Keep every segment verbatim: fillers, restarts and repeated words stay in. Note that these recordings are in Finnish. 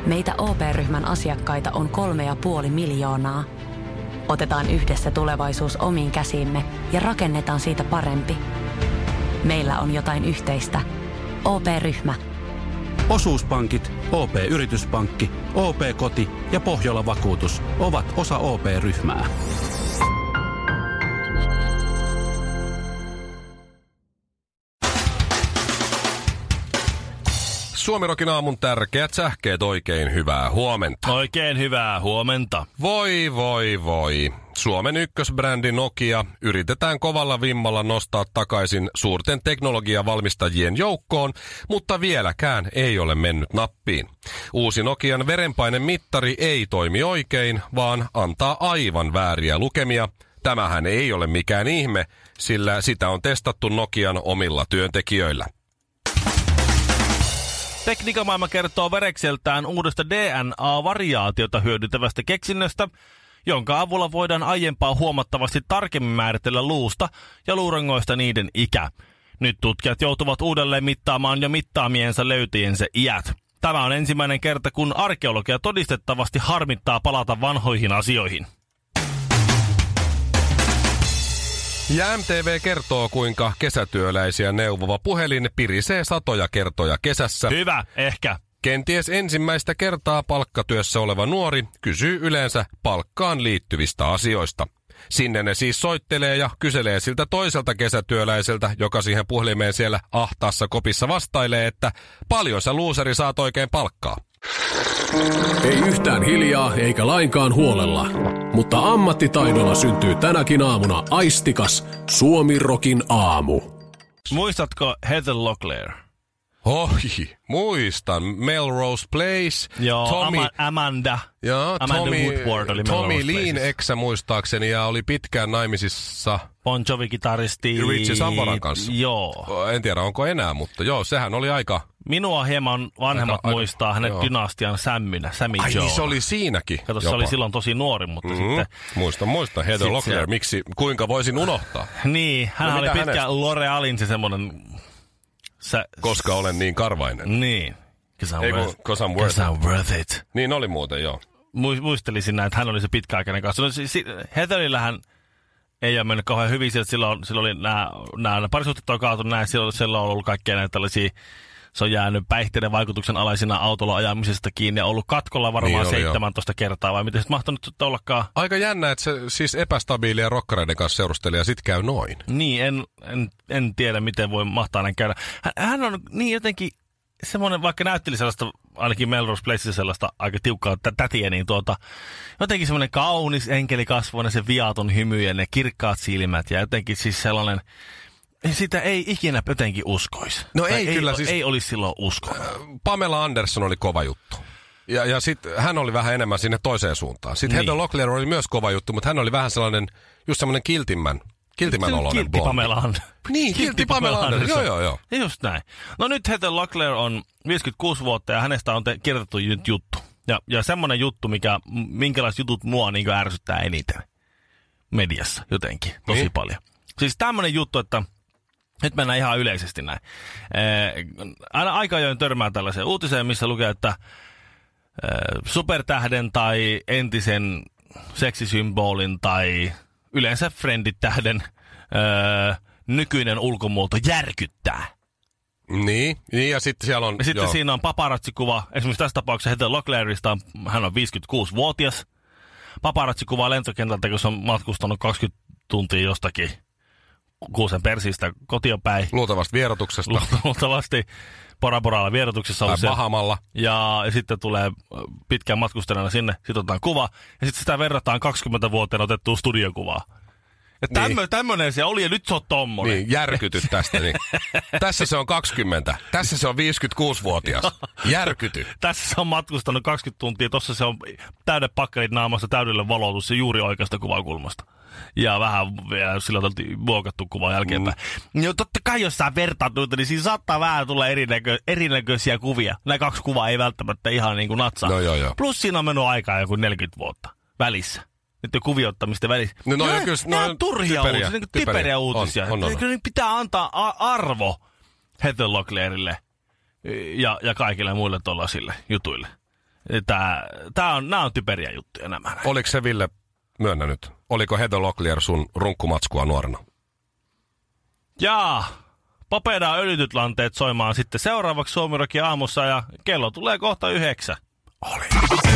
Meitä O P-ryhmän asiakkaita on kolme ja puoli miljoonaa. Otetaan yhdessä tulevaisuus omiin käsiimme ja rakennetaan siitä parempi. Meillä on jotain yhteistä. O P-ryhmä. Osuuspankit, O P-yrityspankki, O P-koti ja Pohjola-vakuutus ovat osa O P-ryhmää. Suomirokin aamun tärkeät sähkeet, oikein hyvää huomenta. Oikein hyvää huomenta. Voi, voi, voi. Suomen ykkösbrändi Nokia yritetään kovalla vimmalla nostaa takaisin suurten teknologiavalmistajien joukkoon, mutta vieläkään ei ole mennyt nappiin. Uusi Nokian verenpainemittari ei toimi oikein, vaan antaa aivan vääriä lukemia. Tämähän ei ole mikään ihme, sillä sitä on testattu Nokian omilla työntekijöillä. Tekniikamaailma kertoo verekseltään uudesta D N A-variaatiota hyödyntävästä keksinnöstä, jonka avulla voidaan aiempaa huomattavasti tarkemmin määritellä luusta ja luurangoista niiden ikä. Nyt tutkijat joutuvat uudelleen mittaamaan jo mittaamiensa löytäjiensä iät. Tämä on ensimmäinen kerta, kun arkeologia todistettavasti harmittaa palata vanhoihin asioihin. Ja M T V kertoo, kuinka kesätyöläisiä neuvova puhelin pirisee satoja kertoja kesässä. Hyvä, ehkä. Kenties ensimmäistä kertaa palkkatyössä oleva nuori kysyy yleensä palkkaan liittyvistä asioista. Sinne ne siis soittelee ja kyselee siltä toiselta kesätyöläiseltä, joka siihen puhelimeen siellä ahtaassa kopissa vastailee, että paljon sä luuseri saat oikein palkkaa. Ei yhtään hiljaa eikä lainkaan huolella, mutta ammattitaidolla syntyy tänäkin aamuna aistikas Suomirokin aamu. Muistatko Heather Locklear? Oi, muistan. Melrose Place. Joo, Tommy, Ama- Amanda. Joo, Amanda Tommy, Woodward oli Tommy Melrose Leen eksä muistaakseni ja oli pitkään naimisissa Bon Jovi-kitaristi. Richie Samboran kanssa. Joo. En tiedä, onko enää, mutta joo, sehän oli aika... Minua hieman vanhemmat aika, muistaa aika, hänet joo. Dynastian Sammynä, Sammy Ai Joe. niin, se oli siinäkin. Kato, se oli silloin tosi nuori, mutta mm-hmm. sitten... Muistan, muistan. Heather Locklear, se... miksi, kuinka voisin unohtaa? Niin, hän no, oli pitkä hänestä? L'Orealin se semmoinen... Sä... Koska olen niin karvainen. Niin. Cause I'm, Ei, worth, cause I'm worth, I'm worth it. Niin oli muuten, joo. Muistelisin näin, että hän oli se pitkäaikainen kanssa. No, si- Heatherillähän ei ole mennyt kauhean hyvin, sillä silloin, silloin oli nämä, nämä parisuhteet on kaatunut näin, silloin, silloin on ollut kaikkea näitä tällaisia, se on jäänyt päihteiden vaikutuksen alaisina autolla ajamisesta kiinni ja ollut katkolla varmaan niin seitsemäntoista jo. kertaa, vai miten se mahtanut ollakaan? Aika jännä, että se siis epästabiilia rokkareiden kanssa seurusteli ja sit käy noin. Niin, en, en, en tiedä miten voi mahtaa näin käydä. Hän, hän on niin jotenkin semmoinen, vaikka näytteli sellaista, ainakin Melrose Place sellaista aika tiukkaa tätiä, niin tuota, jotenkin semmoinen kaunis enkelikasvoinen, se viaton hymy ja ne kirkkaat silmät ja jotenkin siis sellainen, sitä ei ikinä jotenkin uskoisi. No ei, ei kyllä ei, siis... Ei olisi silloin uskonut. Pamela Anderson oli kova juttu. Ja, ja sitten hän oli vähän enemmän sinne toiseen suuntaan. Sitten niin. Heather Locklear oli myös kova juttu, mutta hän oli vähän sellainen, just semmoinen kiltimmän. Kiltimän oloinen Kiltti Pamela Anderson. Niin, kiltti Pamela Anderson. Joo, joo, joo. Just näin. No nyt Heather Locklear on viisikymmentäkuusi vuotta ja hänestä on te- kirjoitettu nyt juttu. Ja, ja semmoinen juttu, mikä, minkälaiset jutut mua niin ärsyttää eniten mediassa jotenkin. Tosi niin. paljon. Siis tämmöinen juttu, että nyt mennään ihan yleisesti näin. Ee, aina aika ajoin törmää tällaiseen uutiseen, missä lukee, että e, supertähden tai entisen seksisymbolin tai yleensä frienditähden öö, nykyinen ulkomuoto järkyttää. Niin, niin ja sitten siellä on... Ja sitten joo. siinä on paparazzikuva, esimerkiksi tässä tapauksessa Heather Locklearista, hän on viisikymmentäkuusi-vuotias. Paparazzikuva lentokentältä, kun se on matkustanut kaksikymmentä tuntia jostakin kuusen persistä kotiopäin. Luultavasti vierotuksesta. Luultavasti Bora Boralla vierotuksessa ollut Bahamalla. Ja, ja sitten tulee pitkään matkustajana sinne, sitten otetaan kuva, ja sitten sitä verrataan kaksikymmentä vuoteen otettua studiokuvaa. Ja tämmö, niin. tämmöinen se oli, ja nyt se on tommonen. Niin, järkyty tästä. Niin. Tässä se on kaksikymmentä, tässä se on viisikymmentäkuusi-vuotias. Järkyty. Tässä se on matkustanut kaksikymmentä tuntia, tossa se on täydet pakkelit naamassa, täydelle valotus ja juuri oikeasta kuvakulmasta. Ja vähän vielä silloin oltiin muokattu kuvaa jälkeenpäin. Mm. No totta kai jos sä vertaat noita, niin siinä saattaa vähän tulla erinäkö, erinäköisiä kuvia. Nämä kaksi kuvaa ei välttämättä ihan niin kuin natsaa. No, joo, joo. Plus siinä on mennyt aikaa joku neljäkymmentä vuotta välissä. Nyt kuviottamista välissä. No, no, nämä, kyllä, nämä no, on turhia typeriä, uutisia, niin typeriä. typeriä uutisia. On, on, on. Kyllä pitää antaa arvo Heather Locklearille ja, ja kaikille muille tuollaisille jutuille. Tää, tää on, nää on typeriä juttuja nämä. Oliko se, Ville, myönnä nyt, oliko Heather Locklear sun runkkumatskua nuorena? Jaa, Popedaan öljytyt lanteet soimaan sitten seuraavaksi Suomirokin aamussa ja kello tulee kohta yhdeksän. Oli.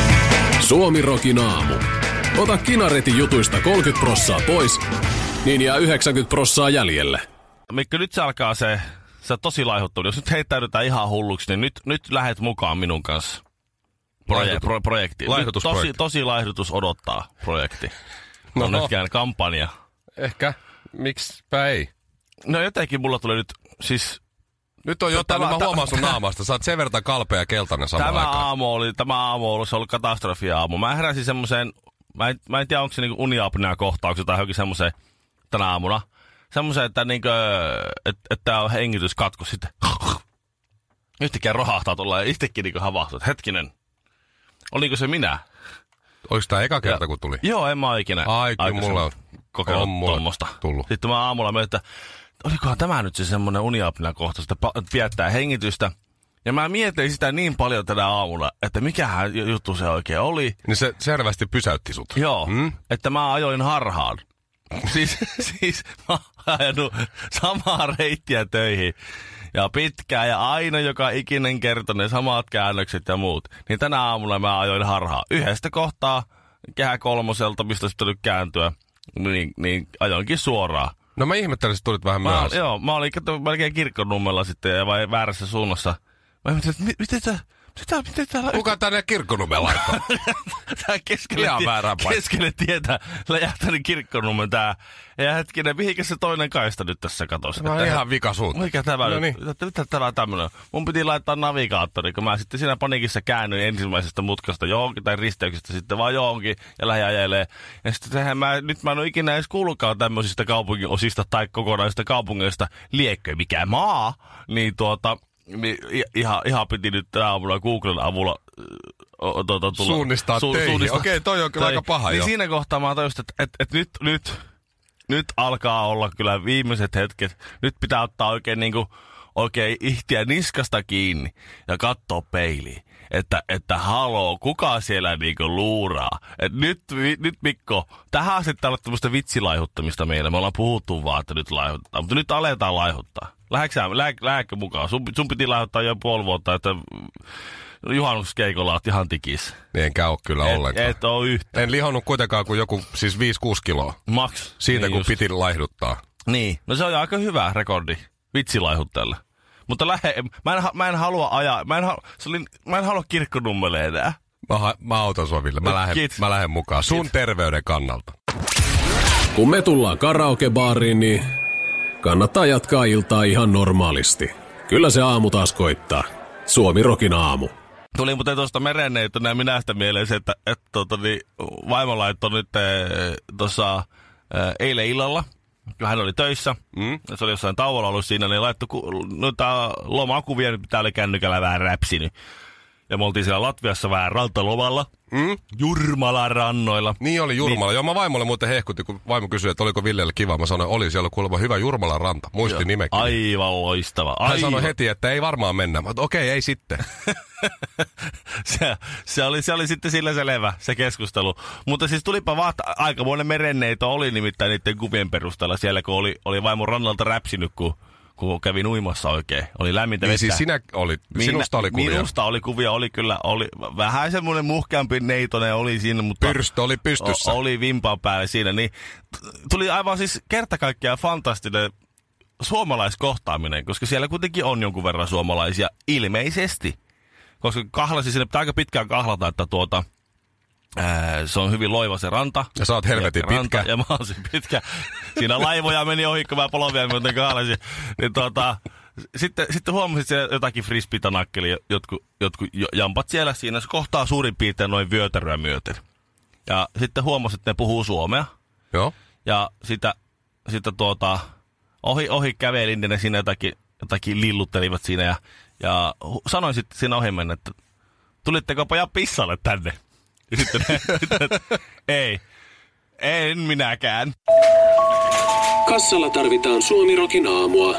Suomirokin aamu. Ota Kinaretin jutuista kolmekymmentä prossaa pois, niin jää yhdeksänkymmentä prossaa jäljelle. Mikko, nyt se alkaa se, se tosi laihuttunut. Jos nyt heittäydytään ihan hulluksi, niin nyt, nyt lähet mukaan minun kanssa Proje, pro, projektiin. Tosi, tosi laihdutus odottaa projekti. No, on nytkään kampanja. Ehkä. Miksipä ei? No jotenkin mulla tulee nyt, siis... Nyt on jotain, tämä, mä huomaan sun naamasta. Sä oot sen verran kalpea ja keltainen samaan tämä aikaan. Aamu oli, tämä aamu oli, se oli katastrofia-aamu. Mä heräsin semmoseen, mä en, mä en tiedä onko se niinku uniapnea-kohtauksia tai johonkin semmoseen tänä aamuna. Semmoseen, että niinku, että et tää on hengityskatko sitten. Yhtäkkiä rohahtaa tuolla ja itsekin niinku havahtuu, että hetkinen, oliko se minä? Oliko tää eka kerta, ja, kun tuli? Joo, en mä ole ikinä. Ai, mulla on kokeillut tuommoista. Sitten mä aamulla mietin, että olikohan tämä nyt se semmonen uniapnea-kohtaus, että pidättää hengitystä. Ja mä mietin sitä niin paljon tänä aamulla, että mikähän juttu se oikein oli. Niin se selvästi pysäytti sut. Joo, hmm? Että mä ajoin harhaan. siis, siis mä oon ajanut samaa reittiä töihin. Ja pitkään ja aina joka ikinen kerta ne samat käännökset ja muut. Niin tänä aamulla mä ajoin harhaan. Yhdestä kohtaa kehä kolmoselta, mistä olisi pitänyt kääntyä, niin, niin ajoinkin suoraan. No mä ihmettelin, että tulit vähän myöhässä. Joo, mä olin kato, melkein Kirkkonummella sitten ja vai väärässä suunnassa. Mä mietin, että miten tää... Mitä, mitä täällä... Kuka tänne Kirkkonummella laittaa? Tää keskelle, tie, keskelle tietä läjähtänyt Kirkkonummen tää. Ja hetkinen, mihinkä se toinen kaista nyt tässä katosi? Mä oon ihan vika suunta. Mikä tämä no nyt? Niin. Mitä tämä tämmönen? Mun piti laittaa navigaattori, kun mä sitten siinä paniikissa käännyin ensimmäisestä mutkasta johonkin tai risteyksestä sitten vaan johonkin ja lähdin ajelee. Ja sitten sehän mä, nyt mä en ole ikinä edes kuullutkaan tämmöisistä kaupungin osista tai kokonaisista kaupungeista. Liekkö mikä maa? Niin tuota... Niin, ihan, ihan piti nyt tänä aamulla Googlen avulla o, tuota, tulla, suunnistaa su, teihin. Suunnistaa. Okei, toi on kyllä tai, aika paha niin jo. Siinä kohtaa mä tajusin, että et, et nyt, nyt, nyt alkaa olla kyllä viimeiset hetket. Nyt pitää ottaa oikein, niinku, oikein ihtiä niskasta kiinni ja katsoa peiliin. Että, että haloo, kuka siellä niinku luuraa. Et nyt, nyt Mikko, tähän sitten on tämmöistä vitsilaihuttamista meillä. Me ollaan puhuttu vaan, että nyt laihutetaan. Mutta nyt aletaan laihuttaa. Läheksä, lähe, lähekkö mukaan? Sun, sun piti laihuttaa jo puoli vuotta, että juhannuskeikolla oot ihan tikis. Niin enkä oo kyllä et, ollenkaan. Et oo yhtään. En lihonnut kuitenkaan kuin joku siis viisi kuusi kiloa. Maks. Siitä niin kun just. Piti laihduttaa. Niin, no se on aika hyvä rekordi vitsilaihuttajalle. Mutta lähe, mä, en, mä en halua ajaa, mä en, se oli, mä en halua Kirkkonummelle enää. Mä, mä autan sua, Ville. Mä, lähden, mä lähden mukaan sun Kiit. terveyden kannalta. Kun me tullaan karaokebaariin, niin kannattaa jatkaa iltaa ihan normaalisti. Kyllä se aamu taas koittaa. Suomirokin aamu. Tuli muuten tuosta merenneittönä ja minä sitä mieleen se, että, että tuota, niin, vaimo laittoi nyt tuossa eilen illalla. Hän oli töissä, mm. se oli jossain tauolla ollut siinä, niin laittoi ku, noita lomakuvia, nyt tää oli kännykällä vähän räpsinyt. Ja me oltiin siellä Latviassa vähän rantalomalla, mm. Jurmalan rannoilla. Niin oli Jurmala. Niin. Joo, mä vaimolle muuten hehkutin, kun vaimo kysyi, että oliko Villelle kiva. Mä sanoin, oli siellä kuulemma hyvä Jurmalan ranta. Muisti nimekin. Aivan loistava. Hän Aivan. sanoi heti, että ei varmaan mennä. Mä okei, okay, ei sitten. se, se, oli, se oli sitten sillä selvä, se keskustelu. Mutta siis tulipa vaan, aikamoinen merenneito oli nimittäin niiden kuvien perusteella siellä, kun oli, oli vaimon rannalta räpsinyt, kun kun kävin uimassa oikein. Oli lämmintä vettä. Niin siis sinä olit, Minä, sinusta oli kuvia. Minusta oli kuvia, oli kyllä, oli vähän semmoinen muhkeampi neitonen oli siinä, mutta... Pyrstö oli pystyssä. O, oli vimpan päälle siinä, niin tuli aivan siis kerta kaikkiaan fantastinen suomalaiskohtaaminen, koska siellä kuitenkin on jonkun verran suomalaisia ilmeisesti. Koska kahlasi sinne, pitää aika pitkään kahlata, että tuota... Ää, se on hyvin loiva se ranta. Ja sä oot helvetin ja, pitkä. Ranta, ja mä oon se pitkä. Siinä laivoja meni ohi, kun mä polovia myöten kahlasin. Niin tota, sitten, sitten huomasin, että siellä jotakin frisbeetanakkeli, jotkut, jotkut jampat siellä. Siinä se kohtaa suurin piirtein noin vyötäröä myöten. Ja sitten huomasin, että ne puhuu suomea. Joo. Ja sitä, sitä tuota, ohi, ohi kävelin, niin ne siinä jotakin, jotakin lilluttelivat siinä. Ja, ja sanoin sitten siinä ohi mennä, että tulitteko pojat pissalle tänne? Ja sitten ne, ei, en minäkään. Kassalla tarvitaan Suomirokin aamua.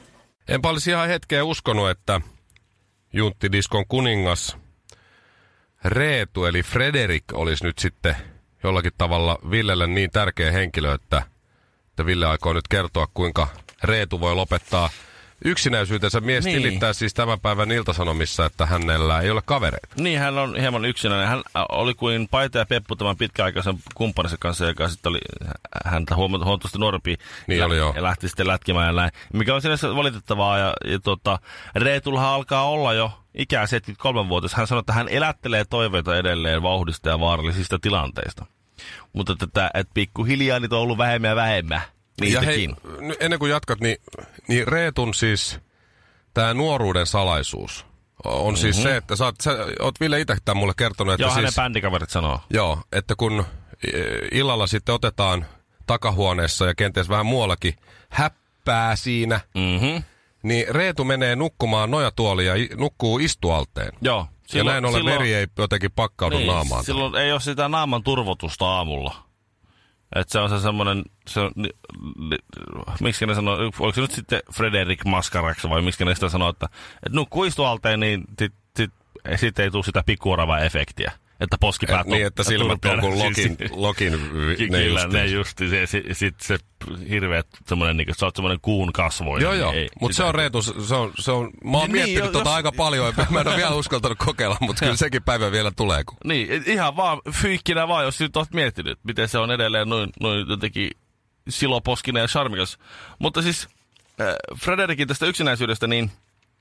Enpä olisi ihan hetkeä uskonut, että Junttidiskon kuningas Reetu eli Frederik olisi nyt sitten jollakin tavalla Villelle niin tärkeä henkilö, että, että Ville aikoo nyt kertoa, kuinka Reetu voi lopettaa yksinäisyytensä. Mies niin. tilittää siis tämän päivän Ilta-Sanomissa, että hänellä ei ole kavereita. Niin, hän on hieman yksinäinen. Hän oli kuin Paita ja Peppu tämän pitkäaikaisen kumppaninsa kanssa, joka sitten oli häntä huomattavasti nuorempi. Niin ja, oli joo. Ja lähti sitten lätkimään ja näin. Mikä on sinänsä valitettavaa. Ja, ja tuota, Reetulha alkaa olla jo ikää seitsemänkymmentäkolmevuotias. Hän sanoi, että hän elättelee toiveita edelleen vauhdista ja vaarallisista tilanteista. Mutta että, että pikkuhiljaa niitä on ollut vähemmän ja vähemmän. Ja hei, ennen kuin jatkat, niin, niin Reetun siis tämä nuoruuden salaisuus on mm-hmm. siis se, että sä oot, sä oot Ville itse tämän mulle kertonut, että joo, siis... hänen bändikaverit sanoo. Joo, että kun illalla sitten otetaan takahuoneessa ja kenties vähän muuallakin häppää siinä, mm-hmm. niin Reetu menee nukkumaan nojatuoliin ja nukkuu istualteen. Joo. Silloin, ja näin ollen silloin, veri ei jotenkin pakkaudu niin, naamaan. Silloin ei ole sitä naaman turvotusta aamulla. Että se on se semmoinen, se on, ni, ni, miksi ne sanoo, oliko se nyt sitten Frederik Maskaraksi vai miksi ne sitä sanoo, että, että nukkuu istualteen, niin sitten sit, sit ei tule sitä pikkuoravaa efektiä. Että poskipäät on... Niin, että silmät on kuin lokin, lokin ne justi. Ne justi. Sitten se, se hirveä semmoinen, niin sä oot semmoinen kuun kasvoinen. Joo, joo. Niin mutta se on Reetu, se on, se on... Mä oon niin, miettinyt niin, tota jos... aika paljon, mä en ole vielä uskaltanut kokeilla, mutta kyllä sekin päivä vielä tulee. Kun... Niin, ihan vaan fyykkinä vaan, jos nyt oot miettinyt, miten se on edelleen noin, noin jotenkin siloposkinen ja charmikas. Mutta siis äh, Frederikin tästä yksinäisyydestä, niin...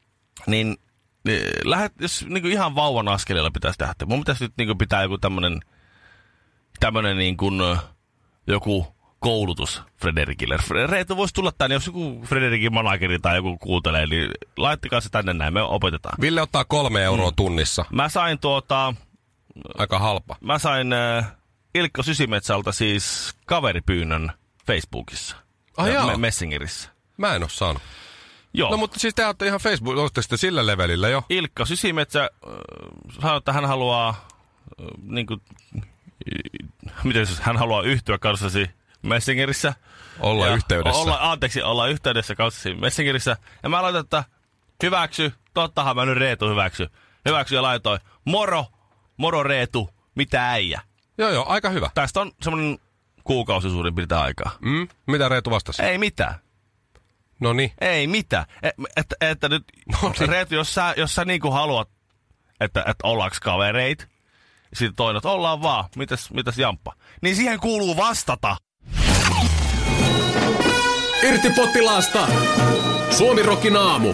niin Lähet, jos niin kuin ihan vauvan askeleella pitäisi lähteä. Mun pitäisi nyt niin kuin pitää joku tämmönen, tämmönen niin kuin, joku koulutus Frederikille. Reetu voisi tulla tänne, jos joku Frederikin manageri tai joku kuuntelee, niin laittakaa se tänne näin, me opetetaan. Ville ottaa kolme euroa mm. tunnissa. Mä sain tuota... Aika halpa. Mä sain äh, Ilkka Sysimetsältä siis kaveripyynnön Facebookissa. Ah ja me- Messengerissä. Mä en oo saanut. Joo. No mutta siis te olette ihan Facebook, olette sitten sillä levelillä jo. Ilkka Sysimetsä äh, sanoi, että hän haluaa, äh, niin kuin, äh, miten se, hän haluaa yhtyä kanssasi Messengerissä. Olla ja yhteydessä. Olla, anteeksi, olla yhteydessä kanssasi Messengerissä. Ja mä laitan, että hyväksy, tottahan mä nyt Reetu hyväksy. Hyväksy ja laitoin, moro, moro Reetu, mitä äijä. Joo joo, aika hyvä. Tästä on semmoinen kuukausi suurin piirtein aikaa. Mm, mitä Reetu vastasi? Ei mitään. Noniin. Ei mitään. Et, että, että nyt, Noniin. Reetu, jos sä, jos sä niinku haluat, että, että ollaanko kavereit, sitten toinen, että ollaan vaan, mitäs, mitäs jamppa, niin siihen kuuluu vastata. Irti potilaasta! Suomi Rokin aamu.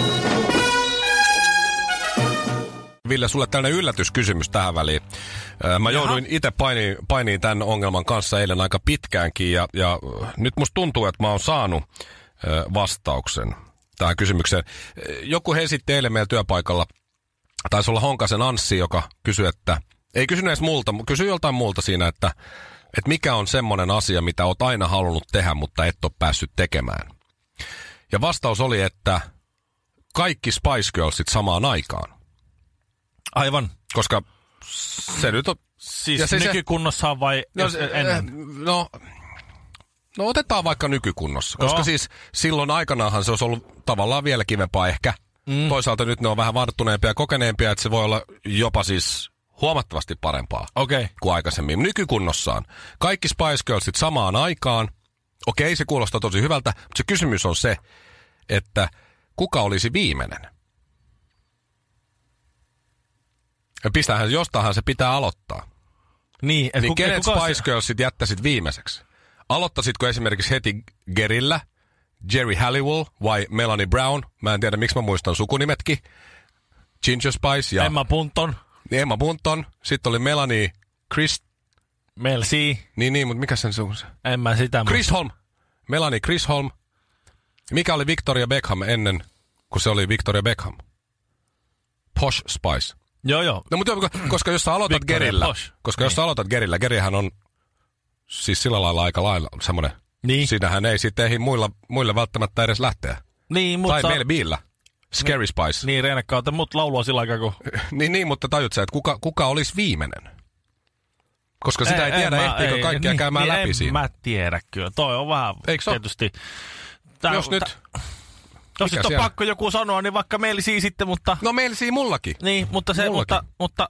Ville, sulle tällainen yllätyskysymys tähän väliin. Mä jouduin itse painiin, painiin tämän ongelman kanssa eilen aika pitkäänkin ja, ja nyt musta tuntuu, että mä oon saanut vastauksen tähän kysymykseen. Joku he esitti eilen meillä työpaikalla, taisi olla Honkasen Anssi, joka kysyi, että, ei kysynyt edes multa, kysyi joltain muulta siinä, että, että mikä on semmoinen asia, mitä oot aina halunnut tehdä, mutta et ole päässyt tekemään. Ja vastaus oli, että kaikki Spice Girlsit samaan aikaan. Aivan. Koska se nyt on... Siis ja se, nykykunnossa se, vai no, ennen? No... No otetaan vaikka nykykunnossa, koska no. siis silloin aikanaanhan se olisi ollut tavallaan vielä kivempaa ehkä. Mm. Toisaalta nyt ne on vähän varttuneempia ja kokeneempia, että se voi olla jopa siis huomattavasti parempaa okay. kuin aikaisemmin. Nykykunnossaan kaikki Spice Girlsit samaan aikaan. Okei, se kuulostaa tosi hyvältä, mutta se kysymys on se, että kuka olisi viimeinen? Ja pistähän jostainhan se pitää aloittaa. Niin, niin kuka, kenet kuka Spice Girlsit jättäisit viimeiseksi? Aloittaisitko esimerkiksi heti Gerillä, Jerry Halliwell vai Melanie Brown? Mä en tiedä, miksi mä muistan sukunimetkin. Ginger Spice ja... Emma Bunton. Emma Bunton. Sitten oli Melanie Chris... Mel C. Niin, niin, mutta mikä sen se on? En mä sitä Chris Holm. Melanie Chris Holm. Mikä oli Victoria Beckham ennen, kun se oli Victoria Beckham? Posh Spice. Joo, joo. No, mutta koska jos sä aloitat Victoria Gerillä... Posh. Koska niin. jos sä aloitat Gerillä, Gerihän on... Siis sillä lailla aika lailla semmoinen. Niin. Siinähän ei sitten ehdi muilla, muille välttämättä edes lähteä. Niin, mutta... Tai Mel Billä. Scary Spice. Niin, reenakkautta, mutta laulua sillä aikaa kun... niin, niin, mutta tajut sä, että kuka, kuka olisi viimeinen? Koska sitä ei, ei tiedä, ei, ehtiikö ei, kaikkia niin, käymään niin, läpi en siinä. Mä tiedä kyllä. Toi on vähän Eikö tietysti... Tää, jos nyt... Tää, jos nyt on siellä? Pakko joku sanoa, niin vaikka Mel C sitten, mutta... No Mel C mullakin. Niin, mutta se... Mutta, mutta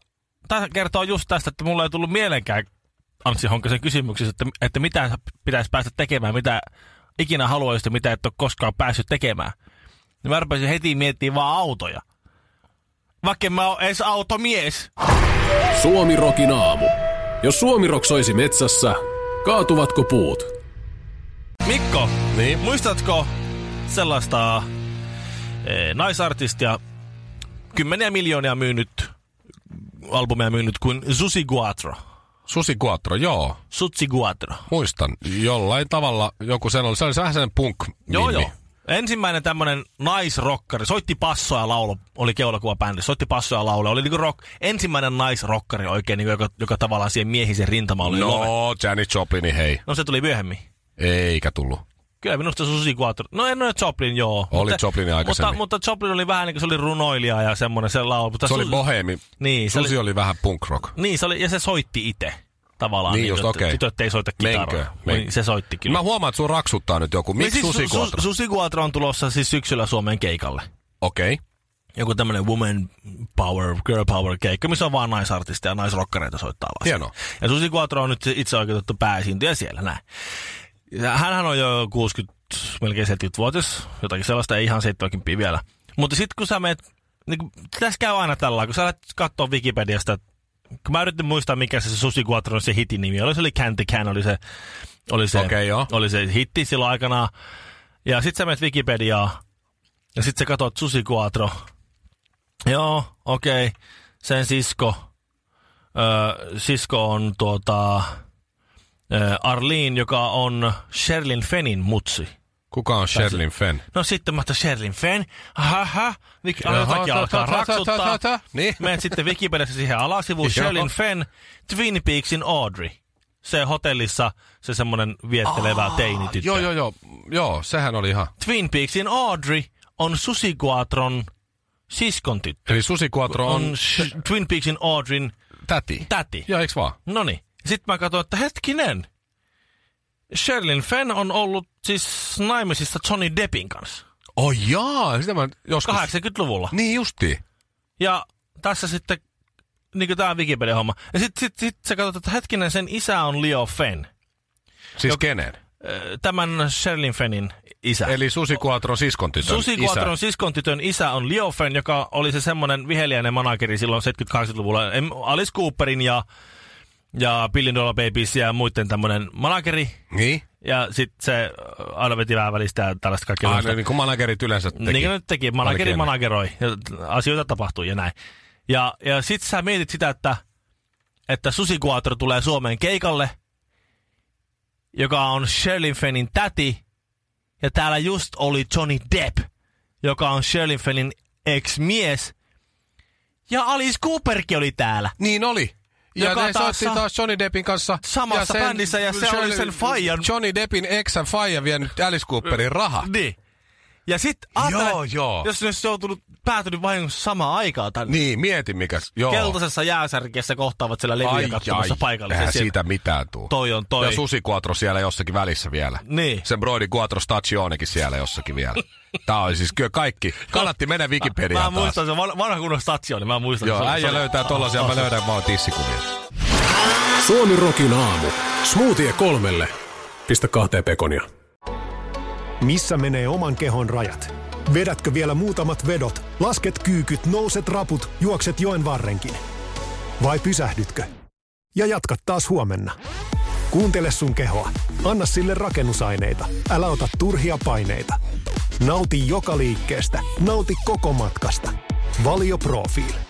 tämä kertoo just tästä, että mulla ei tullut mielenkään Anssi Honkasen kysymyksessä, että, että mitä pitäisi päästä tekemään, mitä ikinä haluaisit ja mitä et ole koskaan päässyt tekemään. Niin mä rupesin heti miettimään vaan autoja. Vaikka en mä oon edes automies. Suomi Rokin aamu. Jos Suomi Rock soisi metsässä, kaatuvatko puut? Mikko, Niin? muistatko sellaista e, naisartistia, kymmeniä miljoonia myynyt, albumia myynyt kuin Susi Quatro? Susi Quatro, joo. Susi Quatro. Muistan. Jollain tavalla joku sen oli. Se oli vähän sellainen punk. Joo, joo. Ensimmäinen tämmönen naisrokkari, soitti passoa ja laulo, oli keulakuva bändi, soitti passoa ja laulo, oli niinku rock, ensimmäinen naisrokkari oikein, niinku, joka, joka tavallaan siihen miehisen rintamaan oli No, love. Janis Joplini, hei. No se tuli myöhemmin. Eikä tullut. Kyllä minusta Susi Quatro, no en ole Joplin, joo. Oli mutta, Joplin aikaisemmin. Mutta, mutta Joplin oli vähän niin kuin se oli runoilija ja semmoinen se laulu. Mutta Se oli Susi- boheemi. Niin, se Susi oli, oli vähän punk rock. niin, se oli, ja se soitti itse tavallaan. Niin just, että okei. Tytöt ei soita kitaraa. Menkö? Menkö? Niin, se soitti kyllä. Mä huomaan, että sun raksuttaa nyt joku. Miksi Niin Susi Su- Quatro? Su- Susi Quatro on tulossa siis syksyllä Suomeen keikalle. Okei. Okay. Joku tämmönen woman power, girl power keikka, missä on vaan naisartisteja ja naisrokkareita soittaa vaan. Hienoa. Ja Susi Quatro on nyt itse oikeutettu pääesiintyjä siellä, näin. Ja hänhän on jo kuusikymmentä, melkein seitsemänkymmentävuotias, jotakin sellaista, ei ihan seitsemänkymmentä vielä. Mutta sitten kun sä meet, niin kun, tässä käy aina tällä, kun sä lähdet kattoo Wikipediasta, kun mä yritin muistaa, mikä se Susi Quatron se hitin nimi oli, se oli Can the Can, oli se, oli se, Okei, joo. oli se hitti silloin aikanaan. Ja sit sä menet Wikipediaa, ja sit sä katsot Susi Quatro. Joo, okei. Okay. Sen sisko, öö, sisko on tuota, öö, Arlene, joka on Sherilyn Fennin mutsi. Kuka on Sherilyn Fenn? No sitten mä oon Sherilyn Fenn. Ahaha. Vik- Jaha, jotakin ta- alkaa ta- ta- raksuttaa. ta- ta- ta- niin. Menet sitten Wikipediassa siihen alasivuun. Joo. Sherilyn Fenn, Twin Peaksin Audrey. Se hotellissa se semmonen viettelevä teinityttö. Joo, joo, joo. Joo, sehän oli ihan. Twin Peaksin Audrey on Susi Quatron siskon tyttö. Eli Susi Quatro on, On sh- Twin Peaksin Audreyn täti. täti. Joo, eiks vaan? Noniin. Sitten mä katsoin, että hetkinen. Sherilyn Fenn on ollut siis naimisissa Johnny Deppin kanssa. Oh jaa, sitä mä joskus... kahdeksankymmentäluvulla. Niin justiin. Ja tässä sitten, niinku tää Wikipedia-homma. Ja sit, sit, sit sä katsot, että hetkinen, sen isä on Leo Fenn. Siis Jok- kenen? Ö, Tämän Sherilyn Fennin isä. Eli Susi Quatron siskon tytön Susi isä. Quatron siskon tytön isä on Leo Fenn, joka oli se semmonen viheliäinen manageri silloin seitsemänkymmentä-kahdeksankymmentäluvulla. Em- Alice Cooperin ja, ja Billion Dollar Babies ja muiden tämmönen manageri. Niin? Ja sit se aina veti vähän välistä ja tällaista kaikkea. Aina niin kuin managerit yleensä teki. Niin kuin nyt teki. Manageri Ainakin manageroi. Ja asioita tapahtuu ja näin. Ja, ja sit sä mietit sitä, että, että Susi Quatro tulee Suomeen keikalle, joka on Sherilyn Fennin täti. Ja täällä just oli Johnny Depp, joka on Sherilyn Fennin ex-mies. Ja Alice Cooperkin oli täällä. Niin oli. Ja Joka ne taas soitti sa- taas Johnny Deppin kanssa. Samassa ja sen- bändissä, ja se oli sen faijan- Johnny Deppin eksän faija vienyt Alice Cooperin raha. Niin. Ja sit ajattele, Joo, joo. jos ne olisi joutunut, päätynyt vahingossa samaan aikaan tänne. Niin, mieti mikä. Joo. Keltaisessa jääsärkiessä kohtaavat siellä levyjä Ai, katsomassa ai, paikallisesti. eihän siitä mitään tuu. Toi on toi. Ja Susi Quatro siellä jossakin välissä vielä. Niin. Sen Brody Quatro Stagionekin siellä jossakin vielä. Tää on siis kyllä kaikki. Kannatti mennä Wikipediaan Mä taas. muistan sen van- vanha kunnon statsioni, mä muistan. Joo, se oli- se äijä oli- löytää tollasia, mä löydän vaan tissikuvia. Suomi Rokin aamu. Smoothie kolmelle. Pistä kahteen pekonia. Missä menee oman kehon rajat? Vedätkö vielä muutamat vedot, lasket kyykyt, nouset raput, juokset joen varrenkin? Vai pysähdytkö? Ja jatkat taas huomenna. Kuuntele sun kehoa. Anna sille rakennusaineita. Älä ota turhia paineita. Nauti joka liikkeestä. Nauti koko matkasta. Valio Profiil.